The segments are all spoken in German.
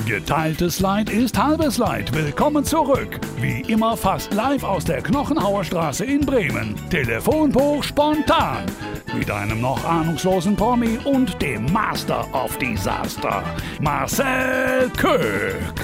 Geteiltes Leid ist halbes Leid. Willkommen zurück. Wie immer fast live aus der Knochenhauer Straße in Bremen. Telefonbuch spontan. Mit einem noch ahnungslosen Promi und dem Master of Disaster, Marcel Köck.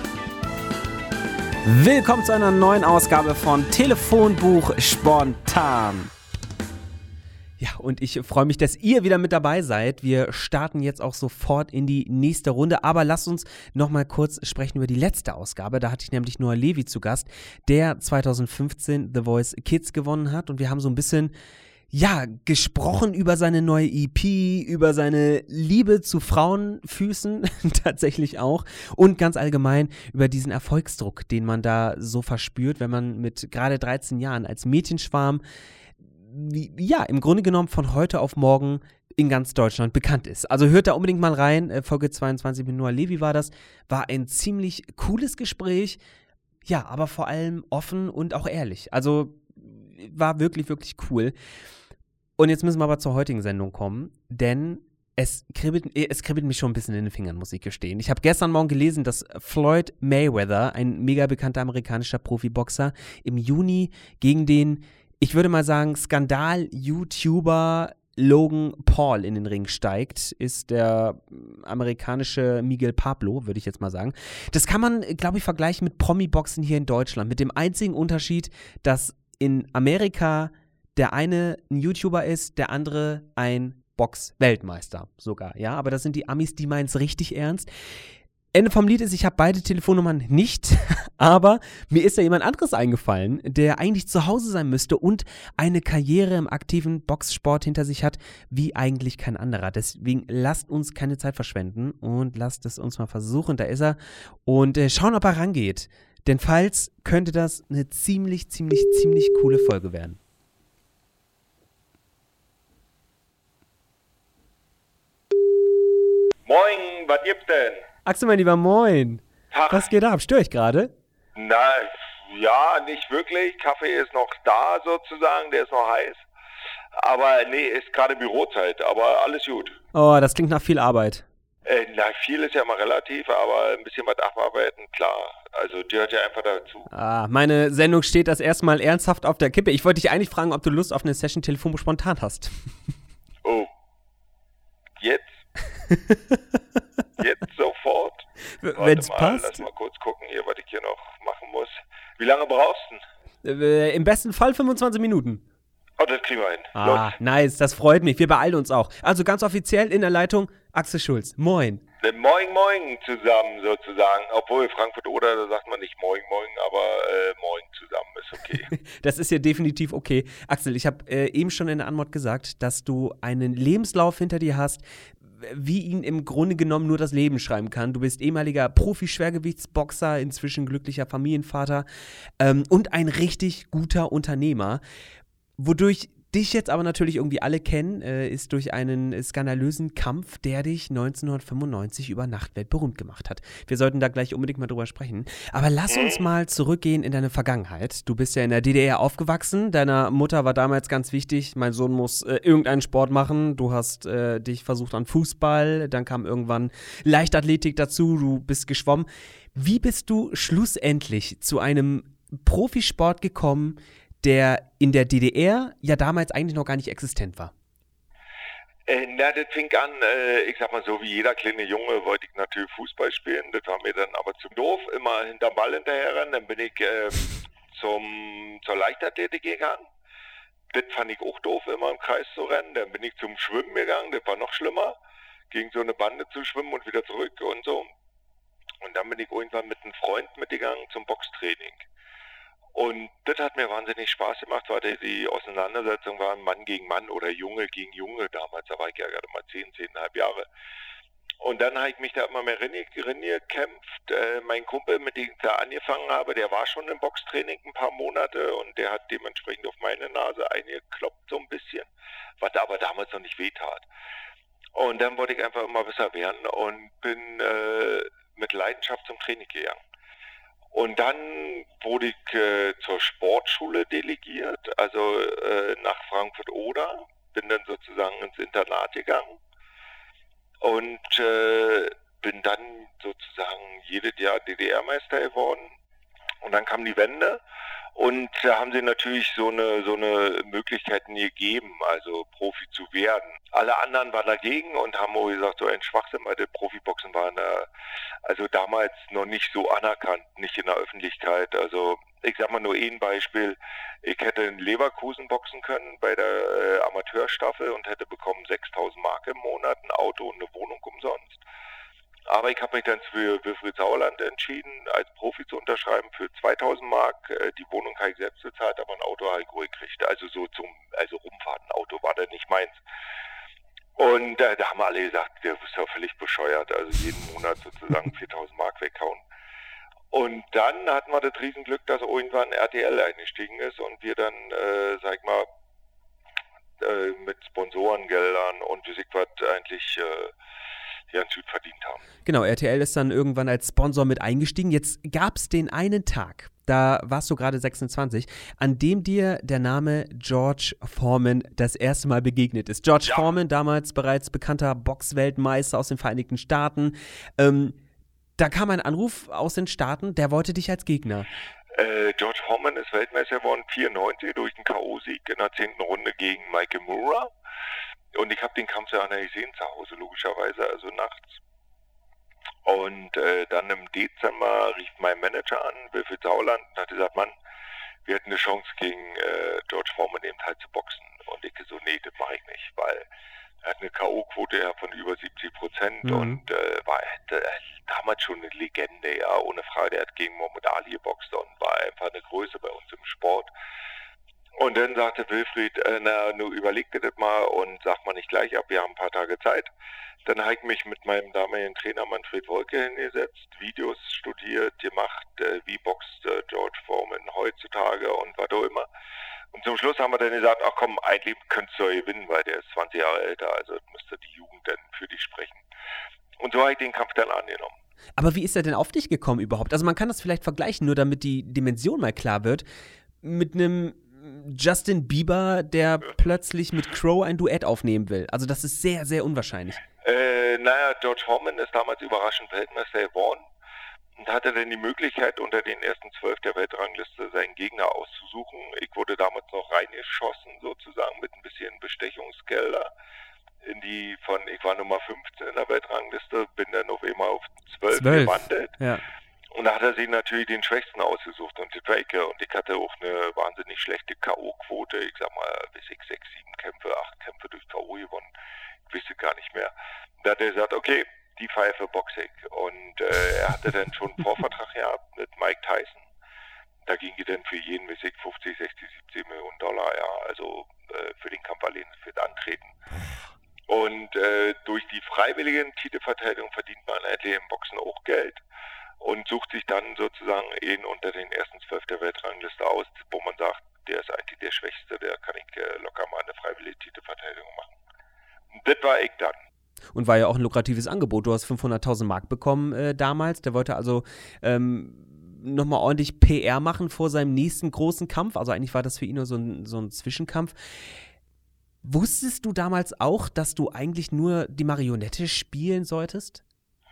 Willkommen zu einer neuen Ausgabe von Telefonbuch spontan. Ja, und ich freue mich, dass ihr wieder mit dabei seid. Wir starten jetzt auch sofort in die nächste Runde. Aber lasst uns noch mal kurz sprechen über die letzte Ausgabe. Da hatte ich nämlich Noah Levi zu Gast, der 2015 The Voice Kids gewonnen hat. Und wir haben so ein bisschen, gesprochen über seine neue EP, über seine Liebe zu Frauenfüßen tatsächlich auch. Und ganz allgemein über diesen Erfolgsdruck, den man da so verspürt, wenn man mit gerade 13 Jahren als Mädchenschwarm im Grunde genommen von heute auf morgen in ganz Deutschland bekannt ist. Also hört da unbedingt mal rein. Folge 22 mit Noah Levi war ein ziemlich cooles Gespräch. Ja, aber vor allem offen und auch ehrlich. Also war wirklich, wirklich cool. Und jetzt müssen wir aber zur heutigen Sendung kommen, denn es kribbelt mich schon ein bisschen in den Fingern, muss ich gestehen. Ich habe gestern Morgen gelesen, dass Floyd Mayweather, ein mega bekannter amerikanischer Profiboxer, im Juni gegen den, ich würde mal sagen, Skandal-YouTuber Logan Paul in den Ring steigt, ist der amerikanische Miguel Pablo, würde ich jetzt mal sagen. Das kann man, glaube ich, vergleichen mit Promi-Boxen hier in Deutschland, mit dem einzigen Unterschied, dass in Amerika der eine ein YouTuber ist, der andere ein Box-Weltmeister sogar, ja, aber das sind die Amis, die meinen es richtig ernst. Ende vom Lied ist, ich habe beide Telefonnummern nicht, aber mir ist da jemand anderes eingefallen, der eigentlich zu Hause sein müsste und eine Karriere im aktiven Boxsport hinter sich hat, wie eigentlich kein anderer. Deswegen lasst uns keine Zeit verschwenden und lasst es uns mal versuchen. Da ist er und schauen, ob er rangeht. Denn falls könnte das eine ziemlich coole Folge werden. Moin, was gibt's denn? Axel, mein Lieber, moin. Tag. Was geht ab? Störe ich gerade? Na, ja, nicht wirklich. Kaffee ist noch da sozusagen, der ist noch heiß. Aber nee, ist gerade Bürozeit, aber alles gut. Oh, das klingt nach viel Arbeit. Viel ist ja immer relativ, aber ein bisschen was abarbeiten, klar. Also, die hört ja einfach dazu. Meine Sendung steht das erstmal ernsthaft auf der Kippe. Ich wollte dich eigentlich fragen, ob du Lust auf eine Session Telefonbuch spontan hast. Oh. Jetzt? Jetzt sofort? Wenn's passt. Lass mal kurz gucken hier, was ich hier noch machen muss. Wie lange brauchst du denn? Im besten Fall 25 Minuten. Oh, das kriegen wir hin. Los. Nice, das freut mich. Wir beeilen uns auch. Also ganz offiziell in der Leitung Axel Schulz. Moin. Moin zusammen sozusagen. Obwohl Frankfurt oder, da sagt man nicht moin, aber moin zusammen ist okay. Das ist ja definitiv okay. Axel, ich habe eben schon in der Antwort gesagt, dass du einen Lebenslauf hinter dir hast, wie ihn im Grunde genommen nur das Leben schreiben kann. Du bist ehemaliger Profi-Schwergewichtsboxer, inzwischen glücklicher Familienvater und ein richtig guter Unternehmer. Wodurch dich jetzt aber natürlich irgendwie alle kennen, ist durch einen skandalösen Kampf, der dich 1995 über Nacht weltberühmt gemacht hat. Wir sollten da gleich unbedingt mal drüber sprechen. Aber lass uns mal zurückgehen in deine Vergangenheit. Du bist ja in der DDR aufgewachsen. Deiner Mutter war damals ganz wichtig, mein Sohn muss irgendeinen Sport machen. Du hast dich versucht an Fußball, dann kam irgendwann Leichtathletik dazu, du bist geschwommen. Wie bist du schlussendlich zu einem Profisport gekommen, der in der DDR ja damals eigentlich noch gar nicht existent war? Das fing an, ich sag mal so, wie jeder kleine Junge wollte ich natürlich Fußball spielen. Das war mir dann aber zu doof, immer hinterm Ball hinterher rennen. Dann bin ich zur Leichtathletik gegangen. Das fand ich auch doof, immer im Kreis zu rennen. Dann bin ich zum Schwimmen gegangen, das war noch schlimmer. Gegen so eine Bande zu schwimmen und wieder zurück und so. Und dann bin ich irgendwann mit einem Freund mitgegangen zum Boxtraining. Und das hat mir wahnsinnig Spaß gemacht, weil die Auseinandersetzung war Mann gegen Mann oder Junge gegen Junge damals. Da war ich ja gerade mal 10,5 Jahre. Und dann habe ich mich da immer mehr reingekämpft. Mein Kumpel, mit dem ich da angefangen habe, der war schon im Boxtraining ein paar Monate und der hat dementsprechend auf meine Nase eingekloppt so ein bisschen, was aber damals noch nicht wehtat. Und dann wollte ich einfach immer besser werden und bin mit Leidenschaft zum Training gegangen. Und dann wurde ich zur Sportschule delegiert, also nach Frankfurt-Oder, bin dann sozusagen ins Internat gegangen und bin dann sozusagen jedes Jahr DDR-Meister geworden. Und dann kam die Wende und da haben sie natürlich so eine Möglichkeiten gegeben, also Profi zu werden. Alle anderen waren dagegen und haben auch gesagt, so ein Schwachsinn, weil das Profiboxen war also damals noch nicht so anerkannt, nicht in der Öffentlichkeit. Also ich sag mal nur ein Beispiel, ich hätte in Leverkusen boxen können bei der Amateurstaffel und hätte bekommen 6.000 Mark im Monat, ein Auto und eine Wohnung umsonst. Aber ich habe mich dann für Wilfried Sauerland entschieden, als Profi zu unterschreiben für 2.000 Mark. Die Wohnung habe ich selbst bezahlt, aber ein Auto habe ich ruhig gekriegt. Also Rumfahrten, ein Auto war dann nicht meins. Und da haben alle gesagt, der ist ja völlig bescheuert, also jeden Monat sozusagen 4.000 Mark weghauen. Und dann hatten wir das Riesenglück, dass irgendwann RTL eingestiegen ist und wir dann, mit Sponsorengeldern und wie was eigentlich hier in Süd verdient haben. Genau, RTL ist dann irgendwann als Sponsor mit eingestiegen. Jetzt gab es den einen Tag, da warst du gerade 26, an dem dir der Name George Foreman das erste Mal begegnet ist. George Foreman, damals bereits bekannter Boxweltmeister aus den Vereinigten Staaten. Da kam ein Anruf aus den Staaten, der wollte dich als Gegner. George Foreman ist Weltmeister geworden 94 durch einen K.O.-Sieg in der 10. Runde gegen Mike Kimura. Und ich habe den Kampf ja nicht gesehen zu Hause, logischerweise, also nachts. Und dann im Dezember rief mein Manager an, Wilfried Sauerland, und hat gesagt, Mann, wir hätten eine Chance gegen George Foreman eben halt zu boxen. Und ich so, nee, das mache ich nicht, weil er hat eine K.O.-Quote von über 70% und war damals schon eine Legende, ja, ohne Frage. Er hat gegen Muhammad Ali geboxt und war einfach eine Größe bei uns im Sport. Und dann sagte Wilfried, nur überleg dir das mal und sag mal nicht gleich ab, wir haben ein paar Tage Zeit. Dann habe ich mich mit meinem damaligen Trainer Manfred Wolke hingesetzt, Videos studiert, gemacht, wie boxt George Foreman heutzutage und was auch immer. Und zum Schluss haben wir dann gesagt, ach komm, eigentlich könntest du ja gewinnen, weil der ist 20 Jahre älter, also müsste die Jugend dann für dich sprechen. Und so habe ich den Kampf dann angenommen. Aber wie ist er denn auf dich gekommen überhaupt? Also man kann das vielleicht vergleichen, nur damit die Dimension mal klar wird, mit einem Justin Bieber, der plötzlich mit Crow ein Duett aufnehmen will. Also das ist sehr, sehr unwahrscheinlich. George Foreman ist damals überraschend Weltmeister geworden und hatte dann die Möglichkeit, unter den ersten 12 der Weltrangliste seinen Gegner auszusuchen. Ich wurde damals noch reingeschossen, sozusagen, mit ein bisschen Bestechungsgelder. Ich war Nummer 15 in der Weltrangliste, bin dann auf einmal auf 12 gewandelt. Ja. Und da hat er sich natürlich den Schwächsten ausgesucht und den Baker. Und ich hatte auch eine wahnsinnig schlechte K.O.-Quote. Ich sag mal, bis 6, 7 Kämpfe, 8 Kämpfe durch K.O. gewonnen. Ich wüsste gar nicht mehr. Da hat er gesagt, okay, die Pfeife boxe ich. Und er hatte dann schon einen Vorvertrag gehabt mit Mike Tyson. Da ging die dann für jeden, 50, 60, 70 Millionen Dollar, ja, also für den Kampf allein, für das Antreten. Und durch die freiwillige Titelverteidigung verdient man eigentlich im Boxen auch Geld. Und sucht sich dann sozusagen unter den ersten 12 der Weltrangliste aus, wo man sagt, der ist eigentlich der Schwächste, der kann ich locker mal eine freiwillige Titelverteidigung machen. Und das war ich dann. Und war ja auch ein lukratives Angebot. Du hast 500.000 Mark bekommen damals. Der wollte also nochmal ordentlich PR machen vor seinem nächsten großen Kampf. Also eigentlich war das für ihn nur so ein Zwischenkampf. Wusstest du damals auch, dass du eigentlich nur die Marionette spielen solltest?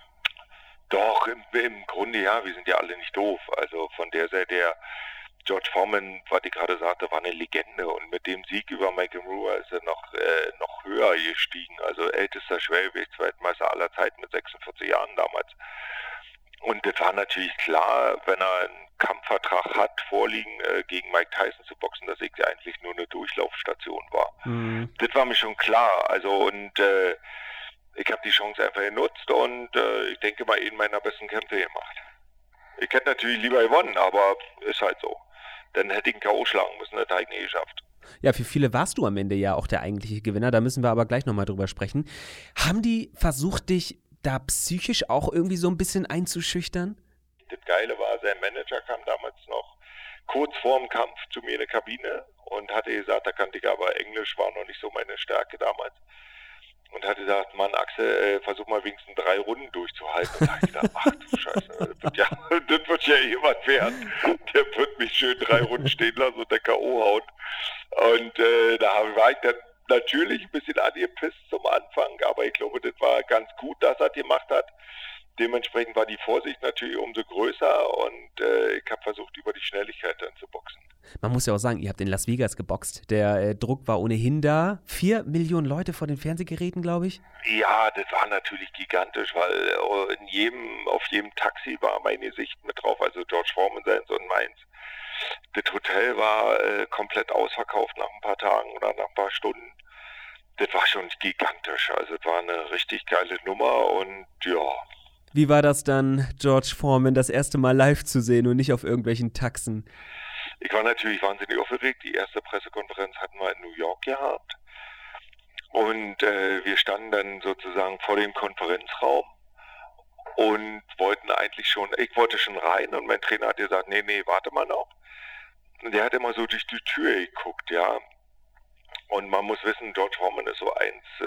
Doch, im Grunde ja, wir sind ja alle nicht doof. Also von der Seite her, George Foreman, was ich gerade sagte, war eine Legende und mit dem Sieg über Mike Kimura ist er noch höher gestiegen. Also ältester Schwergewichtsweltmeister aller Zeiten mit 46 Jahren damals. Und das war natürlich klar, wenn er einen Kampfvertrag hat, vorliegen, gegen Mike Tyson zu boxen, dass ich eigentlich nur eine Durchlaufstation war. Mhm. Das war mir schon klar. Also und ich habe die Chance einfach genutzt und ich denke mal, einen meiner besten Kämpfe gemacht. Ich hätte natürlich lieber gewonnen, aber ist halt so. Dann hätte ich einen K.O. schlagen müssen, das habe ich nie geschafft. Ja, für viele warst du am Ende ja auch der eigentliche Gewinner, da müssen wir aber gleich nochmal drüber sprechen. Haben die versucht, dich da psychisch auch irgendwie so ein bisschen einzuschüchtern? Das Geile war, sein Manager kam damals noch kurz vorm Kampf zu mir in der Kabine und hatte gesagt, da kannte ich aber Englisch, war noch nicht so meine Stärke damals. Und hatte gesagt, Mann, Axel, versuch mal wenigstens 3 Runden durchzuhalten. Und da habe ich gedacht, ach du Scheiße, das wird ja jemand werden. Der wird mich schön 3 Runden stehen lassen und der K.O. hauen. Und da war ich dann natürlich ein bisschen angepisst zum Anfang, aber ich glaube, das war ganz gut, dass er das gemacht hat. dementsprechend war die Vorsicht natürlich umso größer und ich habe versucht, über die Schnelligkeit dann zu boxen. Man muss ja auch sagen, ihr habt in Las Vegas geboxt. Der Druck war ohnehin da. 4 Millionen Leute vor den Fernsehgeräten, glaube ich. Ja, das war natürlich gigantisch, weil auf jedem Taxi war mein Gesicht mit drauf, also George Foreman seins und meins. Das Hotel war komplett ausverkauft nach ein paar Tagen oder nach ein paar Stunden. Das war schon gigantisch, also es war eine richtig geile Nummer und ja. Wie war das dann, George Foreman das erste Mal live zu sehen und nicht auf irgendwelchen Taxen? Ich war natürlich wahnsinnig aufgeregt. Die erste Pressekonferenz hatten wir in New York gehabt. Und wir standen dann sozusagen vor dem Konferenzraum und ich wollte schon rein und mein Trainer hat gesagt, nee, warte mal noch. Und der hat immer so durch die Tür geguckt, ja. Und man muss wissen, George Foreman ist so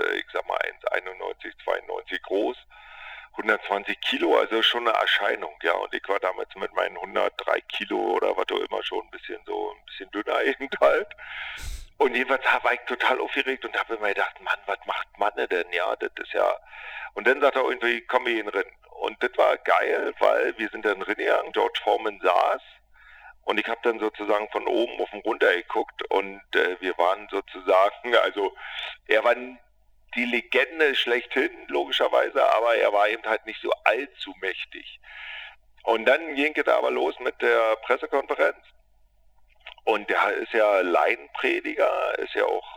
1,91, 92 groß. 120 Kilo, also schon eine Erscheinung, ja. Und ich war damals mit meinen 103 Kilo oder was auch immer schon ein bisschen dünner eben halt. Und jedenfalls war ich total aufgeregt und habe mir gedacht, Mann, was macht Manne denn, ja, das ist ja. Und dann sagt er irgendwie, komm, wir gehen rein. Und das war geil, weil wir sind dann reingegangen, George Foreman saß und ich habe dann sozusagen von oben auf ihn runter geguckt und wir waren sozusagen, also er war die Legende schlechthin, logischerweise, aber er war eben halt nicht so allzu mächtig. Und dann ging es aber los mit der Pressekonferenz. Und der ist ja Laienprediger, ist ja auch,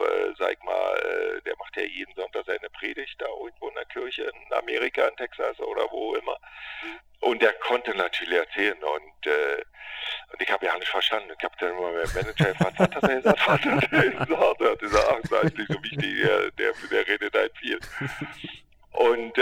der macht ja jeden Sonntag seine Predigt da irgendwo in der Kirche in Amerika, in Texas oder wo immer. Und der konnte natürlich erzählen und ich habe ja nicht verstanden. Ich habe dann immer meinen Manager gefragt, was hat er gesagt? Er hat gesagt, ach, das ist nicht so wichtig, der redet halt viel. Und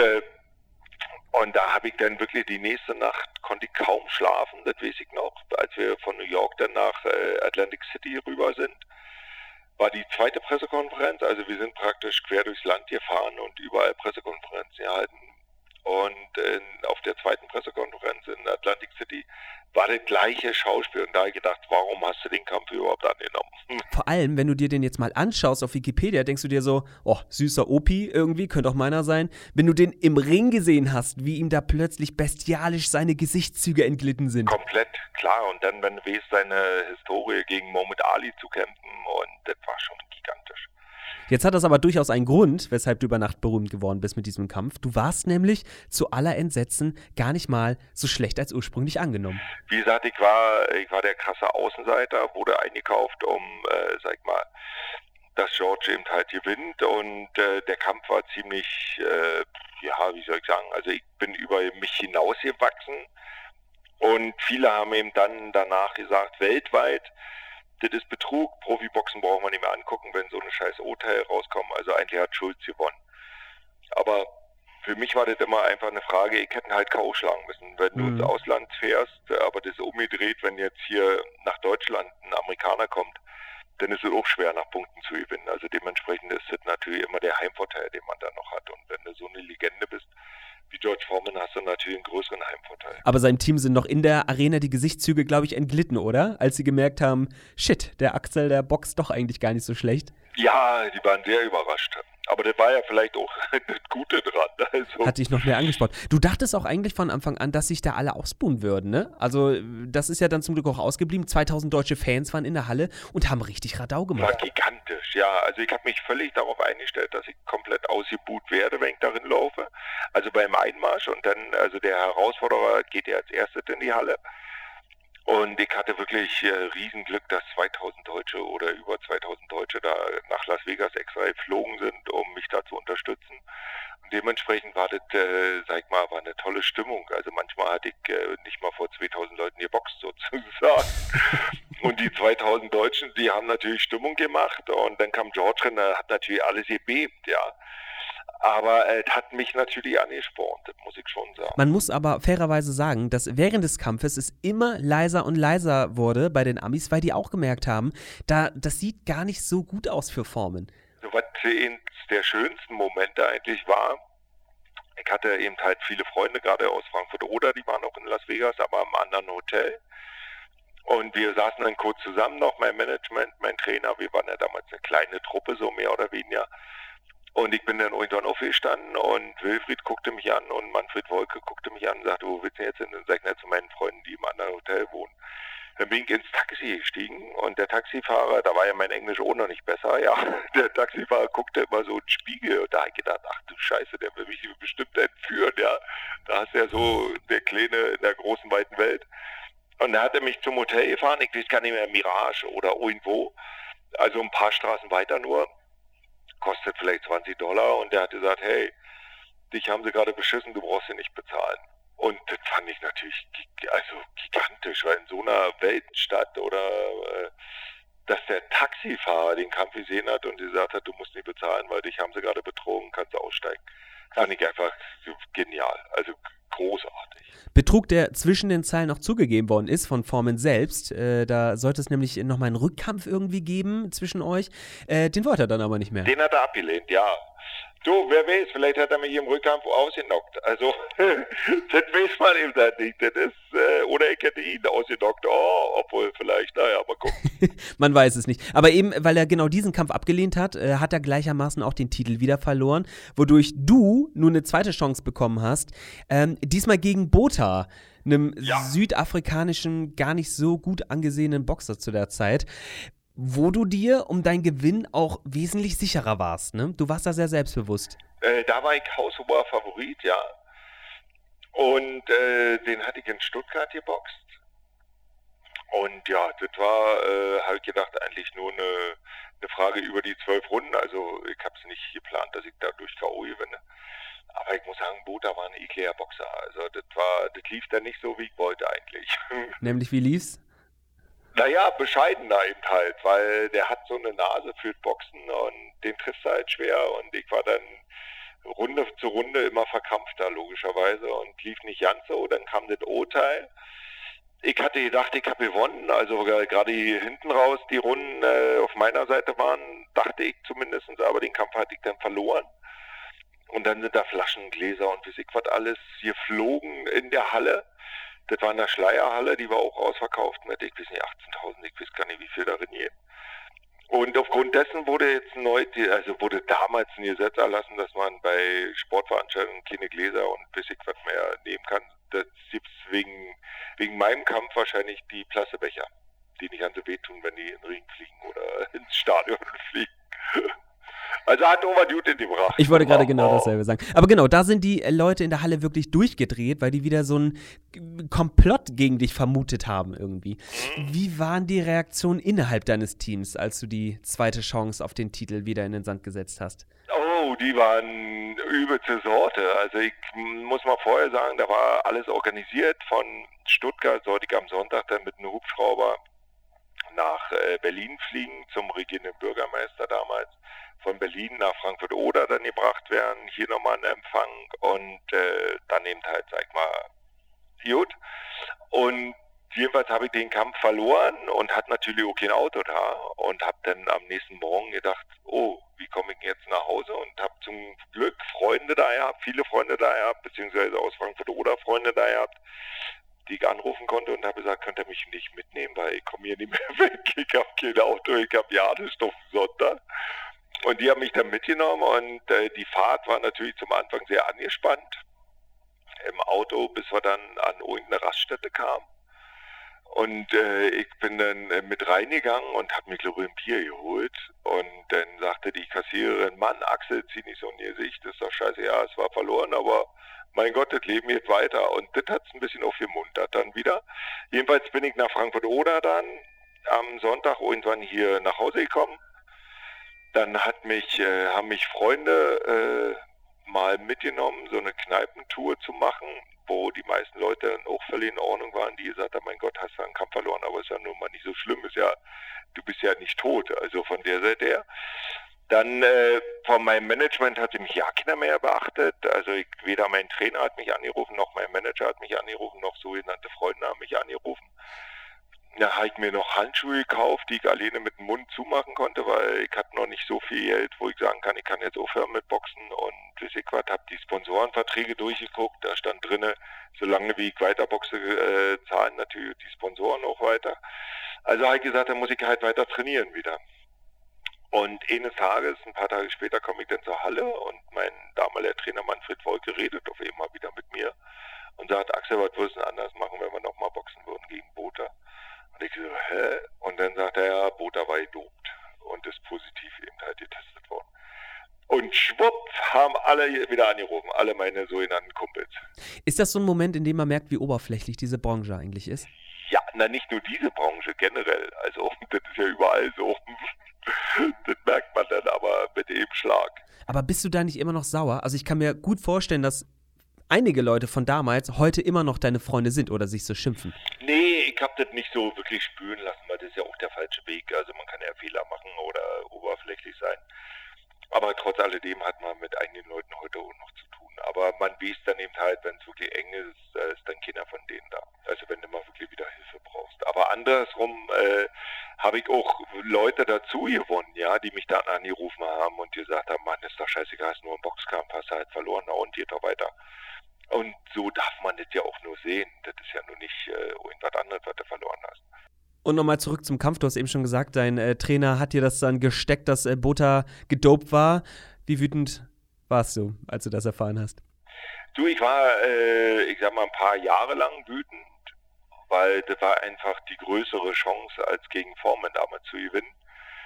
da habe ich dann wirklich die nächste Nacht, konnte ich kaum schlafen, das weiß ich noch, als wir von New York dann nach Atlantic City rüber sind, war die zweite Pressekonferenz, also wir sind praktisch quer durchs Land gefahren und überall Pressekonferenzen gehalten. Und auf der zweiten Pressekonferenz in Atlantic City war das gleiche Schauspiel. Und da habe ich gedacht, warum hast du den Kampf überhaupt angenommen? Vor allem, wenn du dir den jetzt mal anschaust auf Wikipedia, denkst du dir so, oh, süßer Opi irgendwie, könnte auch meiner sein. Wenn du den im Ring gesehen hast, wie ihm da plötzlich bestialisch seine Gesichtszüge entglitten sind. Komplett, klar. Und dann, wenn du weißt, seine Historie gegen Muhammad Ali zu kämpfen, und das war schon gigantisch. Jetzt hat das aber durchaus einen Grund, weshalb du über Nacht berühmt geworden bist mit diesem Kampf. Du warst nämlich zu aller Entsetzen gar nicht mal so schlecht als ursprünglich angenommen. Wie gesagt, ich war der krasse Außenseiter, wurde eingekauft, dass George eben halt gewinnt und der Kampf war ziemlich, wie soll ich sagen, also ich bin über mich hinausgewachsen und viele haben eben dann danach gesagt, weltweit, das ist Betrug, Profiboxen brauchen wir nicht mehr angucken, wenn so eine scheiß Urteil rauskommt. Also eigentlich hat Schulz gewonnen. Aber für mich war das immer einfach eine Frage, ich hätte halt K.O. schlagen müssen. Wenn du ins Ausland fährst, aber das ist umgedreht, wenn jetzt hier nach Deutschland ein Amerikaner kommt, dann ist es auch schwer, nach Punkten zu gewinnen. Also dementsprechend ist das natürlich immer der Heimvorteil, den man da noch hat. Und wenn du so eine Legende bist wie George Foreman, hast du natürlich einen größeren Heimvorteil. Aber seinem Team sind noch in der Arena die Gesichtszüge, glaube ich, entglitten, oder? Als sie gemerkt haben, shit, der Axel, der boxt doch eigentlich gar nicht so schlecht. Ja, die waren sehr überrascht. Aber das war ja vielleicht auch das Gute dran. Also. Hatte ich noch mehr angesprochen. Du dachtest auch eigentlich von Anfang an, dass sich da alle ausbuhen würden, ne? Also das ist ja dann zum Glück auch ausgeblieben. 2000 deutsche Fans waren in der Halle und haben richtig Radau gemacht. War gigantisch, ja. Also ich habe mich völlig darauf eingestellt, dass ich komplett ausgebuht werde, wenn ich darin laufe. Also beim Einmarsch und dann, also der Herausforderer geht ja als erstes in die Halle. Und ich hatte wirklich Riesenglück, dass 2000 Deutsche oder über 2000 Deutsche da nach Las Vegas extra geflogen sind, um mich da zu unterstützen. Und dementsprechend war das, war eine tolle Stimmung. Also manchmal hatte ich nicht mal vor 2000 Leuten geboxt sozusagen. Und die 2000 Deutschen, die haben natürlich Stimmung gemacht. Und dann kam George rein, da hat natürlich alles gebebt, ja. Aber es hat mich natürlich angespornt, das muss ich schon sagen. Man muss aber fairerweise sagen, dass während des Kampfes es immer leiser und leiser wurde bei den Amis, weil die auch gemerkt haben, das sieht gar nicht so gut aus für Foreman. So, was eines der schönsten Momente eigentlich war, ich hatte eben halt viele Freunde, gerade aus Frankfurt oder die waren auch in Las Vegas, aber am anderen Hotel. Und wir saßen dann kurz zusammen noch, mein Management, mein Trainer, wir waren ja damals eine kleine Truppe, so mehr oder weniger. Und ich bin dann irgendwann aufgestanden und Wilfried guckte mich an und Manfred Wolke guckte mich an und sagte, wo willst du jetzt hin? Und sag ich, na, zu meinen Freunden, die im anderen Hotel wohnen. Dann bin ich ins Taxi gestiegen und der Taxifahrer, da war ja mein Englisch auch noch nicht besser, ja, der Taxifahrer guckte immer so in den Spiegel und da habe ich gedacht, ach du Scheiße, der will mich bestimmt entführen, ja. Da hast du ja so der Kleine in der großen, weiten Welt. Und da hat er mich zum Hotel gefahren, ich weiß gar nicht mehr, Mirage oder irgendwo, also ein paar Straßen weiter nur, kostet vielleicht $20 und der hat gesagt, hey, dich haben sie gerade beschissen, du brauchst sie nicht bezahlen. Und das fand ich natürlich gigantisch, weil in so einer Weltstadt oder dass der Taxifahrer den Kampf gesehen hat und gesagt hat, du musst nicht bezahlen, weil dich haben sie gerade betrogen, kannst du aussteigen. Fand ich einfach genial, also großartig. Betrug, der zwischen den Zeilen auch zugegeben worden ist von Foreman selbst. Da sollte es nämlich nochmal einen Rückkampf irgendwie geben zwischen euch. Den wollte er dann aber nicht mehr. Den hat er abgelehnt, ja. Du, wer weiß, vielleicht hat er mich im Rückkampf ausgenockt. Also, das weiß man eben halt nicht. Das ist, oder ich hätte ihn ausgenockt. Oh, obwohl vielleicht, naja, mal gucken. Man weiß es nicht. Aber eben, weil er genau diesen Kampf abgelehnt hat, hat er gleichermaßen auch den Titel wieder verloren, wodurch du nun eine zweite Chance bekommen hast. Diesmal gegen Botha, einem südafrikanischen, gar nicht so gut angesehenen Boxer zu der Zeit. Wo du dir um deinen Gewinn auch wesentlich sicherer warst, ne? Du warst da sehr selbstbewusst. Da war ich haushoher Favorit, ja. Und den hatte ich in Stuttgart geboxt. Und ja, das war, habe ich gedacht, eigentlich nur eine Frage über die 12 Runden. Also ich habe es nicht geplant, dass ich da durch K.O. gewinne. Aber ich muss sagen, Botha war ein ekliger Boxer. Also das lief dann nicht so, wie ich wollte eigentlich. Nämlich, wie lief's? Naja, bescheidener eben halt, weil der hat so eine Nase für Boxen und den triffst du halt schwer und ich war dann Runde zu Runde immer verkrampfter logischerweise und lief nicht ganz so, dann kam das Urteil. Ich hatte gedacht, ich habe gewonnen, also gerade hinten raus die Runden auf meiner Seite waren, dachte ich zumindest, aber den Kampf hatte ich dann verloren. Und dann sind da Flaschen, Gläser und weiß ich was alles hier flogen in der Halle. Das war in der Schleierhalle, die war auch ausverkauft mit, ich weiß nicht, 18.000, ich weiß gar nicht, wie viel darin gehen. Und aufgrund dessen wurde wurde damals ein Gesetz erlassen, dass man bei Sportveranstaltungen keine Gläser und weiß ich was mehr nehmen kann. Das gibt's wegen meinem Kampf wahrscheinlich die Plastikbecher, die nicht ganz so wehtun, wenn die in den Ring fliegen oder ins Stadion fliegen. Also hat Overdute gebracht. Ich wollte gerade genau dasselbe sagen. Aber genau, da sind die Leute in der Halle wirklich durchgedreht, weil die wieder so einen Komplott gegen dich vermutet haben irgendwie. Wie waren die Reaktionen innerhalb deines Teams, als du die zweite Chance auf den Titel wieder in den Sand gesetzt hast? Oh, die waren übelste Sorte. Also ich muss mal vorher sagen, da war alles organisiert. Von Stuttgart sollte ich am Sonntag dann mit einem Hubschrauber nach Berlin fliegen, zum regierenden Bürgermeister damals. Von Berlin nach Frankfurt-Oder dann gebracht werden, hier nochmal ein Empfang und dann eben halt, sag ich mal, gut. Und jedenfalls habe ich den Kampf verloren und hatte natürlich auch kein Auto da und habe dann am nächsten Morgen gedacht, oh, wie komme ich jetzt nach Hause? Und habe zum Glück Freunde da gehabt, viele Freunde da gehabt, beziehungsweise aus Frankfurt-Oder Freunde da gehabt, die ich anrufen konnte und habe gesagt, könnt ihr mich nicht mitnehmen, weil ich komme hier nicht mehr weg, ich habe kein Auto, ich habe Jadestoff Sonntag. Und die haben mich dann mitgenommen und die Fahrt war natürlich zum Anfang sehr angespannt im Auto, bis wir dann an irgendeine Raststätte kamen. Und ich bin dann mit reingegangen und habe mir, glaube ich, ein Bier geholt. Und dann sagte die Kassiererin, Mann, Axel, zieh nicht so in ihr Gesicht, das ist doch scheiße. Ja, es war verloren, aber mein Gott, das Leben geht weiter. Und das hat es ein bisschen aufgemuntert dann wieder. Jedenfalls bin ich nach Frankfurt-Oder dann am Sonntag irgendwann hier nach Hause gekommen. Dann haben mich Freunde mal mitgenommen, so eine Kneipentour zu machen, wo die meisten Leute dann auch völlig in Ordnung waren, die gesagt haben, mein Gott, hast du einen Kampf verloren, aber ist ja nun mal nicht so schlimm, du bist ja nicht tot, also von der Seite her. Dann von meinem Management hat mich ja keiner mehr beachtet, also weder mein Trainer hat mich angerufen, noch mein Manager hat mich angerufen, noch sogenannte Freunde haben mich angerufen. Da habe ich mir noch Handschuhe gekauft, die ich alleine mit dem Mund zumachen konnte, weil ich hatte noch nicht so viel Geld, wo ich sagen kann, ich kann jetzt aufhören mit Boxen und weiß ich was, habe die Sponsorenverträge durchgeguckt, da stand drinne, solange wie ich weiterboxe, zahlen natürlich die Sponsoren auch weiter. Also habe ich gesagt, dann muss ich halt weiter trainieren wieder. Und eines Tages, ein paar Tage später, komme ich dann zur Halle und mein damaliger Trainer Manfred Wolke redet auf einmal wieder mit mir und sagt, Axel, was würdest du anders machen, wenn wir nochmal boxen würden gegen Botha? Und ich so, hä? Und dann sagt er, ja, Botha war gedopt und ist positiv eben halt getestet worden. Und schwupp haben alle wieder angerufen, alle meine sogenannten Kumpels. Ist das so ein Moment, in dem man merkt, wie oberflächlich diese Branche eigentlich ist? Ja, nicht nur diese Branche, generell. Also das ist ja überall so. Das merkt man dann aber mit dem Schlag. Aber bist du da nicht immer noch sauer? Also ich kann mir gut vorstellen, dass einige Leute von damals heute immer noch deine Freunde sind oder sich so schimpfen. Nee, ich habe das nicht so wirklich spüren lassen, weil das ist ja auch der falsche Weg. Also man kann ja Fehler machen oder oberflächlich sein. Aber trotz alledem hat man mit einigen Leuten heute auch noch zu tun. Aber man weiß dann eben halt, wenn es wirklich eng ist, ist dann keiner von denen da. Also wenn du mal wirklich wieder Hilfe brauchst. Aber andersrum habe ich auch Leute dazu gewonnen, ja, die mich dann angerufen haben und gesagt haben, Mann, ist doch scheißegal, ist nur ein Boxkampf, hast du halt verloren, na und geht doch weiter. Und so darf man das ja auch nur sehen. Das ist ja nur nicht irgendwas anderes, was du verloren hast. Und nochmal zurück zum Kampf. Du hast eben schon gesagt, dein Trainer hat dir das dann gesteckt, dass Botha gedopt war. Wie wütend warst du, als du das erfahren hast? Du, ich war, ich sag mal, ein paar Jahre lang wütend, weil das war einfach die größere Chance, als gegen Foreman damals zu gewinnen.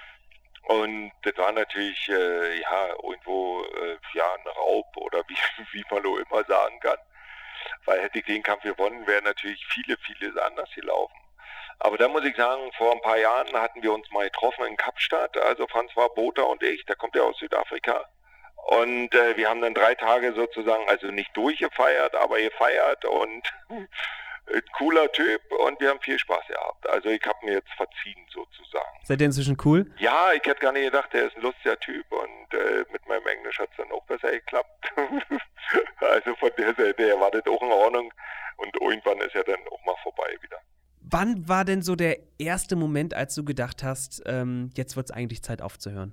Und das war natürlich, irgendwo, ein Raub oder wie man auch immer sagen kann. Weil hätte ich den Kampf gewonnen, wäre natürlich vieles anders gelaufen. Aber da muss ich sagen, vor ein paar Jahren hatten wir uns mal getroffen in Kapstadt, also François Botha und ich, der kommt ja aus Südafrika. Und wir haben dann 3 Tage sozusagen, also nicht durchgefeiert, aber gefeiert und ein cooler Typ und wir haben viel Spaß gehabt. Also ich habe mir jetzt verziehen sozusagen. Seid ihr inzwischen cool? Ja, ich hätte gar nicht gedacht, der ist ein lustiger Typ und mit meinem Englisch hat es dann auch besser geklappt. Also von der Seite her war das auch in Ordnung und irgendwann ist ja dann auch mal vorbei wieder. Wann war denn so der erste Moment, als du gedacht hast, jetzt wird es eigentlich Zeit aufzuhören?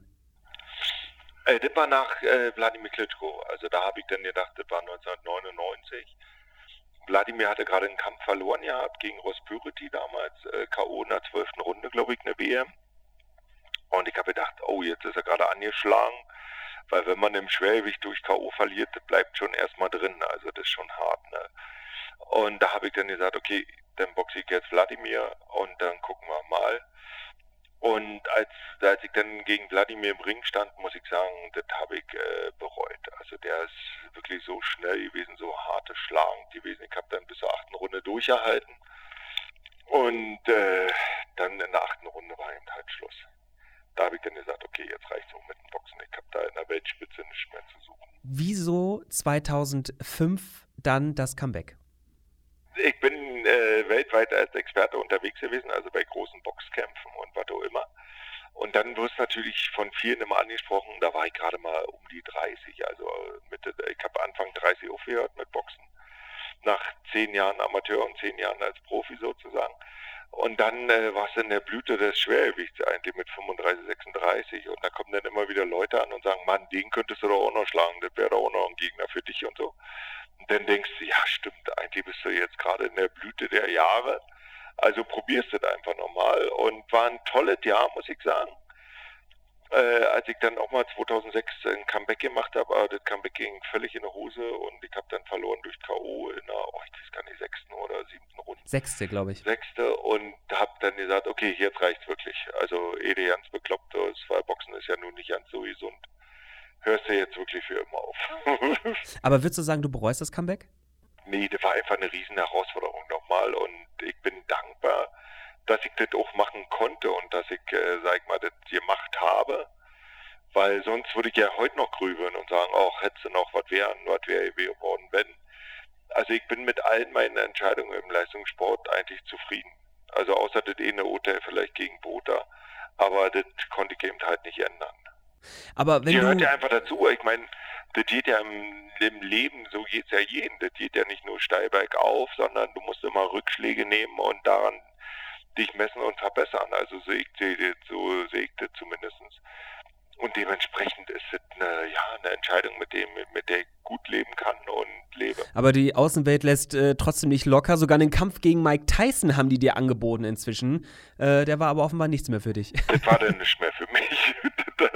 Das war nach Wladimir Klitschko. Also da habe ich dann gedacht, das war 1999. Wladimir hatte gerade einen Kampf verloren gehabt gegen Ross Püriti damals, K.O. in der 12. Runde, glaube ich, eine WM. Und ich habe gedacht, oh, jetzt ist er gerade angeschlagen, weil wenn man im Schwergewicht durch K.O. verliert, das bleibt schon erstmal drin. Also das ist schon hart, ne? Und da habe ich dann gesagt, okay, dann boxe ich jetzt Wladimir und dann gucken wir mal. Und als ich dann gegen Wladimir im Ring stand, muss ich sagen, das habe ich bereut. Also der ist wirklich so schnell gewesen, so harte schlagend gewesen. Ich habe dann bis zur 8. Runde durchgehalten. Und dann in der 8. Runde war eben halt Schluss. Da habe ich dann gesagt, okay, jetzt reicht es auch mit dem Boxen. Ich habe da in der Weltspitze nichts mehr zu suchen. Wieso 2005 dann das Comeback? Ich bin weltweit als Experte unterwegs gewesen, also bei großen Boxkämpfen und was auch immer. Und dann wirst du natürlich von vielen immer angesprochen, da war ich gerade mal um die 30, also ich habe Anfang 30 aufgehört mit Boxen. Nach 10 Jahren Amateur und 10 Jahren als Profi sozusagen. Und dann warst du in der Blüte des Schwergewichts eigentlich mit 35, 36 und da kommen dann immer wieder Leute an und sagen, Mann, den könntest du doch auch noch schlagen, das wäre doch auch noch ein Gegner für dich und so. Und dann denkst du, ja stimmt, eigentlich bist du jetzt gerade in der Blüte der Jahre, also probierst du das einfach nochmal und war ein tolles Jahr, muss ich sagen. Als ich dann auch mal 2006 ein Comeback gemacht habe, aber das Comeback ging völlig in die Hose und ich habe dann verloren durch K.O. in der, ich weiß gar nicht, 6. oder 7. Runde. 6. glaube ich. 6. und habe dann gesagt, okay, jetzt reicht's wirklich. Also Ede ganz bekloppt ist, weil Boxen ist ja nun nicht ganz so gesund. Hörst du jetzt wirklich für immer auf. Aber würdest du sagen, du bereust das Comeback? Nee, das war einfach eine riesen Herausforderung nochmal und ich bin dankbar, dass ich das auch machen konnte und dass ich, sag ich mal, das gemacht habe, weil sonst würde ich ja heute noch grübeln und sagen, ach, hättest du noch was wäre geworden, wenn. Also ich bin mit allen meinen Entscheidungen im Leistungssport eigentlich zufrieden. Also außer das eine Urteil vielleicht gegen Botha, aber das konnte ich eben halt nicht ändern. Aber wenn gehört ja einfach dazu. Ich meine, das geht ja im Leben, so geht es ja jedem. Das geht ja nicht nur steil bergauf, sondern du musst immer Rückschläge nehmen und daran dich messen und verbessern. Also so sehe ich das zumindest. Und dementsprechend ist es eine Entscheidung, mit der ich gut leben kann und lebe. Aber die Außenwelt lässt trotzdem nicht locker. Sogar einen Kampf gegen Mike Tyson haben die dir angeboten inzwischen. Der war aber offenbar nichts mehr für dich. Das war dann nicht mehr für mich.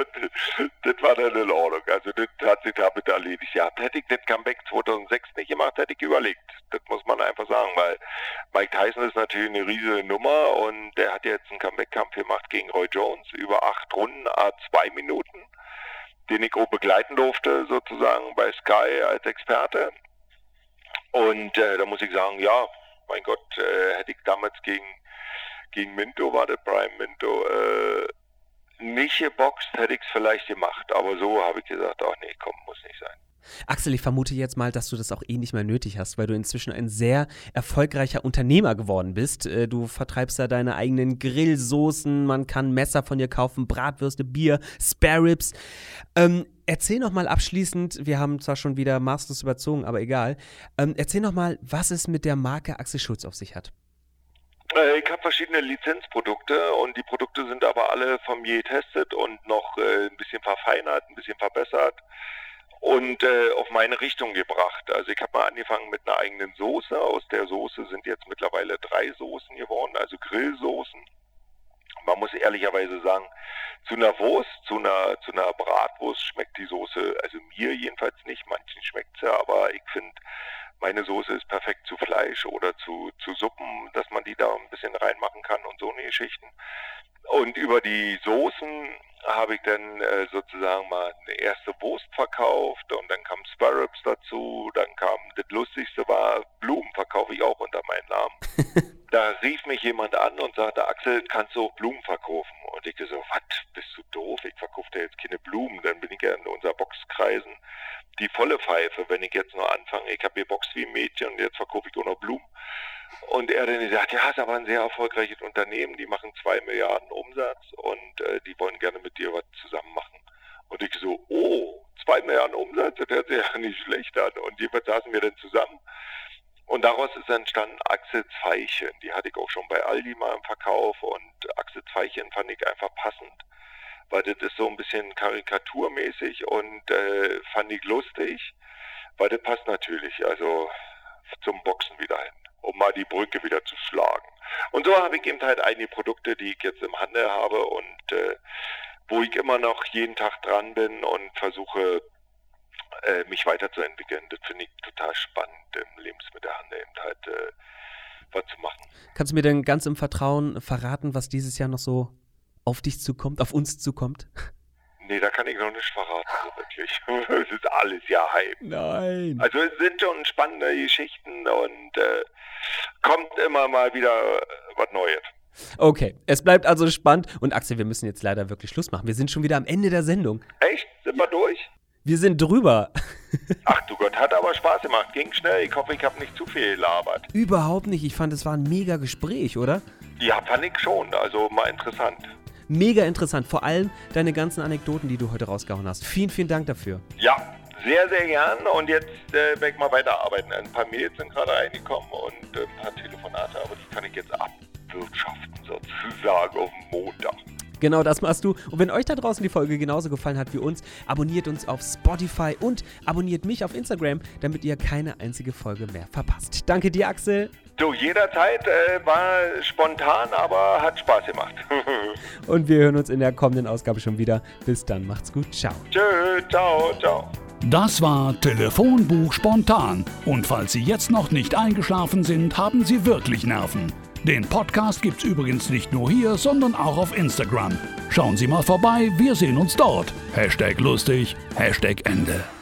Das war dann in Ordnung. Also das hat sich damit erledigt. Ja, hätte ich das Comeback 2006 nicht gemacht, hätte ich überlegt. Das muss man einfach sagen, weil Mike Tyson ist natürlich eine riesige Nummer und der hat jetzt einen Comeback-Kampf gemacht gegen Roy Jones über 8 Runden, 2 Minuten, den ich auch begleiten durfte, sozusagen bei Sky als Experte. Und da muss ich sagen, ja, mein Gott, hätte ich damals gegen Minto, war der Brian Minto, nicht geboxt, hätte ich es vielleicht gemacht. Aber so habe ich gesagt, ach nee, komm, muss nicht sein. Axel, ich vermute jetzt mal, dass du das auch nicht mehr nötig hast, weil du inzwischen ein sehr erfolgreicher Unternehmer geworden bist. Du vertreibst da deine eigenen Grillsoßen, man kann Messer von dir kaufen, Bratwürste, Bier, Spare Ribs. Erzähl noch mal abschließend, wir haben zwar schon wieder maßlos überzogen, aber egal. Erzähl noch mal, was es mit der Marke Axel Schulz auf sich hat. Ich habe verschiedene Lizenzprodukte und die Produkte sind aber alle von mir getestet und noch ein bisschen verfeinert, ein bisschen verbessert und auf meine Richtung gebracht. Also ich habe mal angefangen mit einer eigenen Soße. Aus der Soße sind jetzt mittlerweile 3 Soßen geworden, also Grillsoßen. Man muss ehrlicherweise sagen, zu einer Wurst, zu einer Bratwurst schmeckt die Soße, also mir jedenfalls nicht, manchen schmeckt sie, aber ich finde, meine Soße ist perfekt zu Fleisch oder zu Suppen, dass man die da ein bisschen reinmachen kann und so eine Geschichten. Und über die Soßen habe ich dann sozusagen mal eine erste Wurst verkauft und dann kam Spare Ribs dazu, dann kam, das Lustigste war, Blumen verkaufe ich auch unter meinem Namen. Da rief mich jemand an und sagte, Axel, kannst du auch Blumen verkaufen? Und ich so, was, bist du doof? Ich verkaufe dir jetzt keine Blumen. Dann bin ich ja in unserer Boxkreisen die volle Pfeife, wenn ich jetzt nur anfange. Ich habe geboxt wie ein Mädchen und jetzt verkaufe ich auch noch Blumen. Und er dann gesagt, ja, ist aber ein sehr erfolgreiches Unternehmen, die machen 2 Milliarden Umsatz und die wollen gerne mit dir was zusammen machen. Und ich so, oh, 2 Milliarden Umsatz, das hört sich ja nicht schlecht an. Und jedenfalls saßen wir dann zusammen. Und daraus ist entstanden Axel Zweilchen. Die hatte ich auch schon bei Aldi mal im Verkauf und Axel Zweilchen fand ich einfach passend, weil das ist so ein bisschen karikaturmäßig und fand ich lustig, weil das passt natürlich, also zum Boxen wieder hin, um mal die Brücke wieder zu schlagen. Und so habe ich eben halt einige Produkte, die ich jetzt im Handel habe und wo ich immer noch jeden Tag dran bin und versuche, mich weiterzuentwickeln. Das finde ich total spannend, im Lebensmittelhandel eben halt was zu machen. Kannst du mir denn ganz im Vertrauen verraten, was dieses Jahr noch so auf dich zukommt, auf uns zukommt? Nee, da kann ich noch nicht verraten, so wirklich. Es ist alles ja Hype. Nein. Also es sind schon spannende Geschichten und kommt immer mal wieder was Neues. Okay, es bleibt also spannend. Und Axel, wir müssen jetzt leider wirklich Schluss machen. Wir sind schon wieder am Ende der Sendung. Echt? Sind wir durch? Wir sind drüber. Ach du Gott, hat aber Spaß gemacht. Ging schnell. Ich hoffe, ich habe nicht zu viel gelabert. Überhaupt nicht. Ich fand, es war ein mega Gespräch, oder? Ja, fand ich schon. Also mal interessant. Mega interessant. Vor allem deine ganzen Anekdoten, die du heute rausgehauen hast. Vielen, vielen Dank dafür. Ja, sehr, sehr gern. Und jetzt werde ich mal weiterarbeiten. Ein paar Mails sind gerade reingekommen und ein paar Telefonate, aber die kann ich jetzt abwirtschaften sozusagen auf Montag. Genau, das machst du. Und wenn euch da draußen die Folge genauso gefallen hat wie uns, abonniert uns auf Spotify und abonniert mich auf Instagram, damit ihr keine einzige Folge mehr verpasst. Danke dir, Axel. Du, jederzeit war spontan, aber hat Spaß gemacht. Und wir hören uns in der kommenden Ausgabe schon wieder. Bis dann, macht's gut. Ciao. Tschö, ciao, ciao. Das war Telefonbuch spontan. Und falls Sie jetzt noch nicht eingeschlafen sind, haben Sie wirklich Nerven. Den Podcast gibt's übrigens nicht nur hier, sondern auch auf Instagram. Schauen Sie mal vorbei, wir sehen uns dort. #lustig, #Ende.